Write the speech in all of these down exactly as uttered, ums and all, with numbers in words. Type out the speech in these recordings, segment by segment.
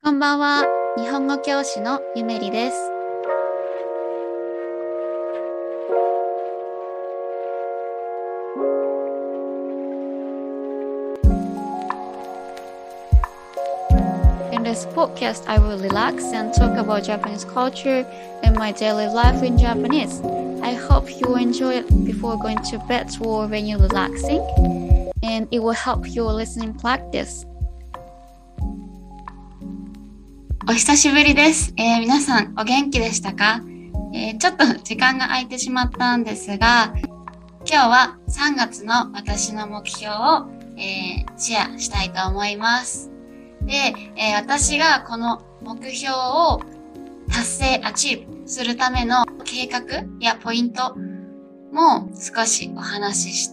こんばんは。日本語教師のゆめりです。In this podcast, I will relax and talk about Japanese culture and my daily life in Japanese. I hope you enjoy it before going to bed or when you're relaxing, and it will help your listening practice. お久しぶりです、えー、皆さんお元気でしたか、えー、ちょっと時間が空いてしまったんですが、今日はさんがつの私の目標を、えー、シェアしたいと思います。で、えー、私がこの目標を達成、アチーブするための計画やポイントも少しお話しして、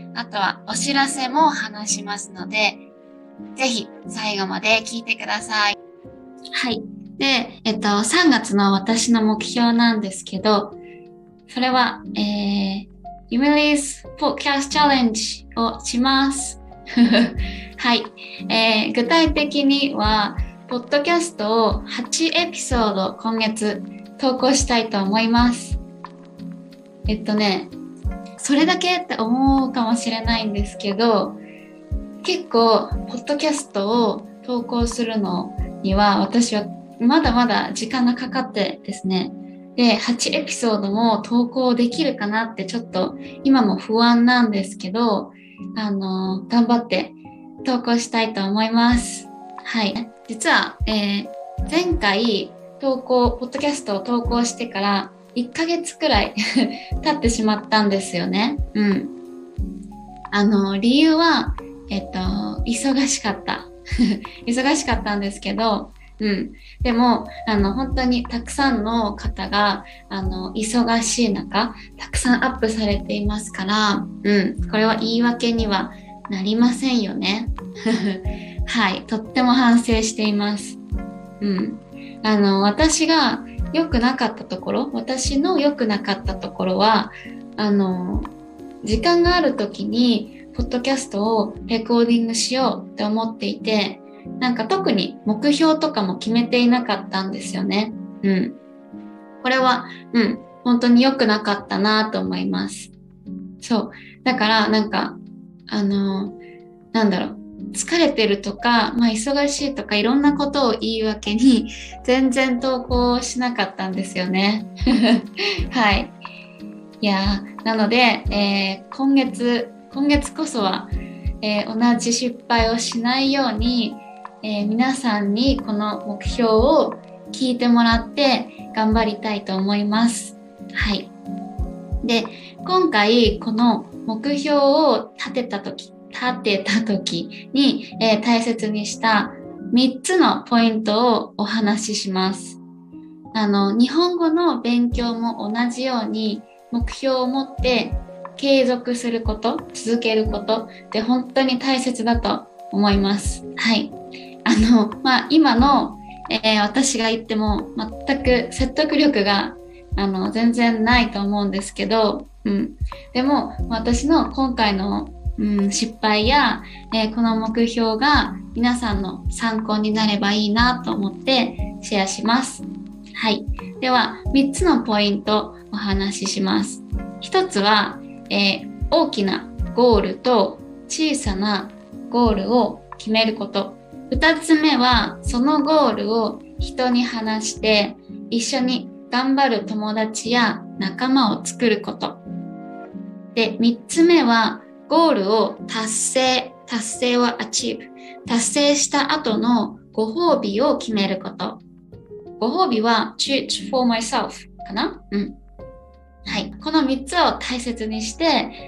あとはお知らせも話しますので、ぜひ最後まで聞いてください。はい。で、えっと、さんがつの私の目標なんですけど、それは、えー、ゆめり's Podcast Challenge をします。はい、えー。具体的には、ポッドキャストをはちエピソード今月投稿したいと思います。えっとね、それだけって思うかもしれないんですけど、結構、ポッドキャストを投稿するのには私はまだまだ時間がかかってですね。で、はちエピソードも投稿できるかなってちょっと今も不安なんですけど、あの、頑張って投稿したいと思います。はい。実は、えー、前回投稿、ポッドキャストを投稿してからいっかげつくらい経ってしまったんですよね。うん。あの、理由は、えっと、忙しかった。忙しかったんですけど、うん。でも、あの、本当にたくさんの方が、あの、忙しい中、たくさんアップされていますから、うん。これは言い訳にはなりませんよね。はい。とっても反省しています。うん。あの、私が良くなかったところ、私の良くなかったところは、あの、時間がある時に、ポッドキャストをレコーディングしようって思っていて、なんか特に目標とかも決めていなかったんですよね。うん。これは、うん、本当に良くなかったなと思います。そう。だからなんか、あの、なんだろう、疲れてるとか、まあ忙しいとかいろんなことを言い訳に全然投稿しなかったんですよね。はい。いやー、なので、えー、今月、今月こそは、えー、同じ失敗をしないように、えー、皆さんにこの目標を聞いてもらって頑張りたいと思います。はい。で、今回この目標を立てたとき、立てたときに、えー、大切にしたみっつのポイントをお話しします。あの、日本語の勉強も同じように目標を持って継続すること、続けることって本当に大切だと思います。はい。あの、まあ、今の、えー、私が言っても全く説得力が、あの、全然ないと思うんですけど、うん。でも、私の今回の、うん、失敗や、えー、この目標が皆さんの参考になればいいなと思ってシェアします。はい。では、みっつのポイントお話しします。ひとつは、えー、大きなゴールと小さなゴールを決めること。二つ目は、そのゴールを人に話して一緒に頑張る友達や仲間を作ること。で、三つ目は、ゴールを達成、達成は achieve。達成した後のご褒美を決めること。ご褒美は treat for myself かな？うん。はい。このみっつを大切にして、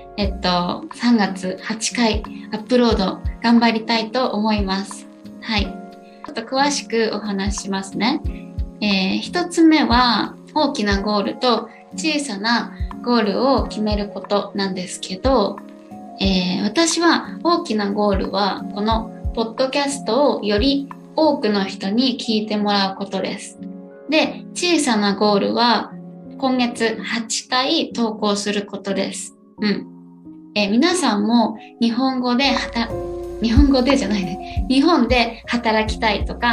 えっと、さんがつはちかいアップロード頑張りたいと思います。はい。ちょっと詳しくお話ししますね。えー、一つ目は大きなゴールと小さなゴールを決めることなんですけど、えー、私は大きなゴールはこのポッドキャストをより多くの人に聞いてもらうことです。で、小さなゴールは今月はちかい投稿することです。うん。えー、皆さんも日本語ではた、日本語でじゃないね。日本で働きたいとか、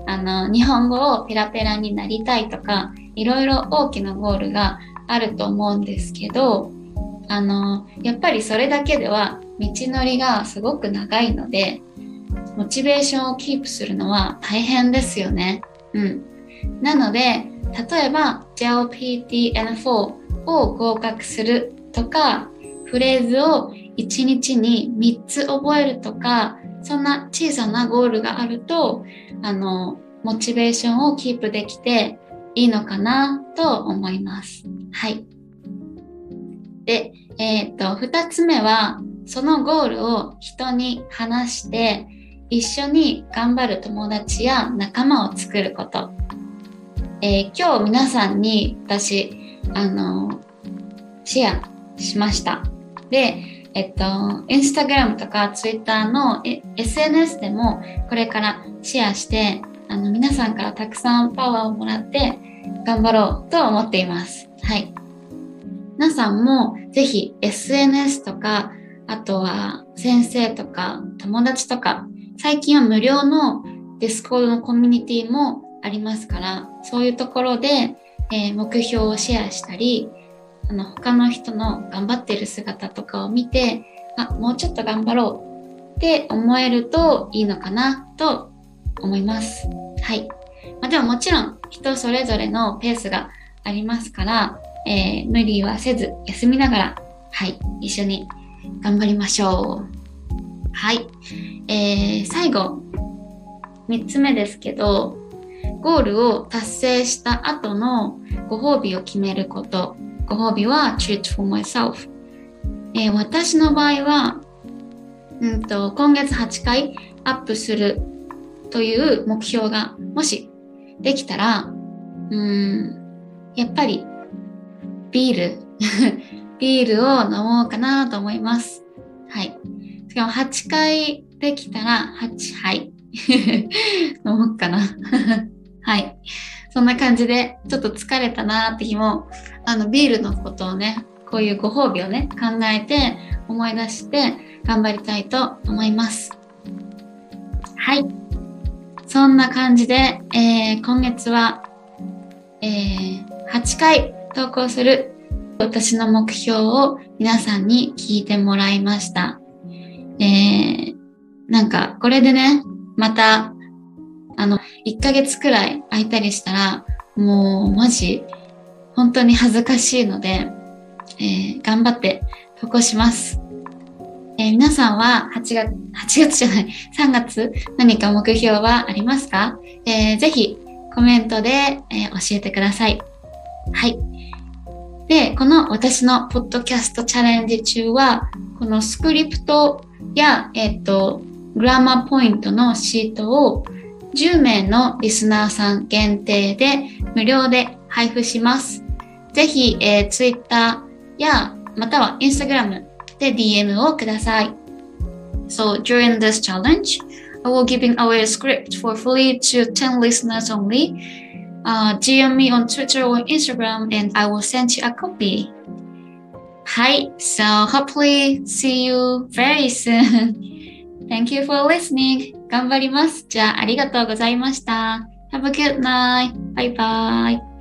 あの、日本語をペラペラになりたいとか、いろいろ大きなゴールがあると思うんですけど、あの、やっぱりそれだけでは道のりがすごく長いので、モチベーションをキープするのは大変ですよね。うん。なので、例えば ジェイエルピーティーエヌフォー を合格するとか、フレーズをいちにちにみっつ覚えるとか、そんな小さなゴールがあると、あの、モチベーションをキープできていいのかなと思います。はい。で、えっと、二つ目は、そのゴールを人に話して、一緒に頑張る友達や仲間を作ること。えー、今日皆さんに私、あの、シェアしました。で、えっと、インスタグラムとかツイッターの エスエヌエス でもこれからシェアして、あの、皆さんからたくさんパワーをもらって頑張ろうと思っています。はい。皆さんもぜひ エスエヌエス とか、あとは先生とか友達とか、最近は無料の Discord のコミュニティもありますから、そういうところで、えー、目標をシェアしたり、あの他の人の頑張ってる姿とかを見て、あ、もうちょっと頑張ろうって思えるといいのかなと思います。はい。まあ、でももちろん人それぞれのペースがありますから、えー、無理はせず休みながら、はい、一緒に頑張りましょう。はい。えー、最後、みっつめですけど、ゴールを達成した後のご褒美を決めること。ご褒美は treat for myself。えー、私の場合は、うんと、今月はちかいアップするという目標がもしできたら、うーん、やっぱりビール、ビールを飲もうかなと思います。はい。しかもはちかいできたらはちはい。飲もうかな。はい。そんな感じで、ちょっと疲れたなーって日も、あの、ビールのことをね、こういうご褒美をね、考えて、思い出して、頑張りたいと思います。はい。そんな感じで、えー、今月は、えー、はちかい投稿する私の目標を皆さんに聞いてもらいました。えー、なんか、これでね、また、あの、いっかげつくらい空いたりしたら、もう、マジ、本当に恥ずかしいので、えー、頑張って投稿します。えー、皆さんははちがつ、はちがつじゃない、さんがつ何か目標はありますか？えー、ぜひコメントで、えー、教えてください。はい。で、この私のポッドキャストチャレンジ中は、このスクリプトや、えっと、グラマーポイントのシートをじゅうめいのリスナーさん限定で無料で配布します。ぜひ、えー、Twitter やまたは Instagram で ディーエム をください。So during this challenge, I will giving away a script for free to ten listeners only. Uh, ディーエム me on Twitter or Instagram and I will send you a copy. はい、so hopefully see you very soon. Thank you for listening. 頑張ります。じゃあありがとうございました。Have a good night. Bye bye.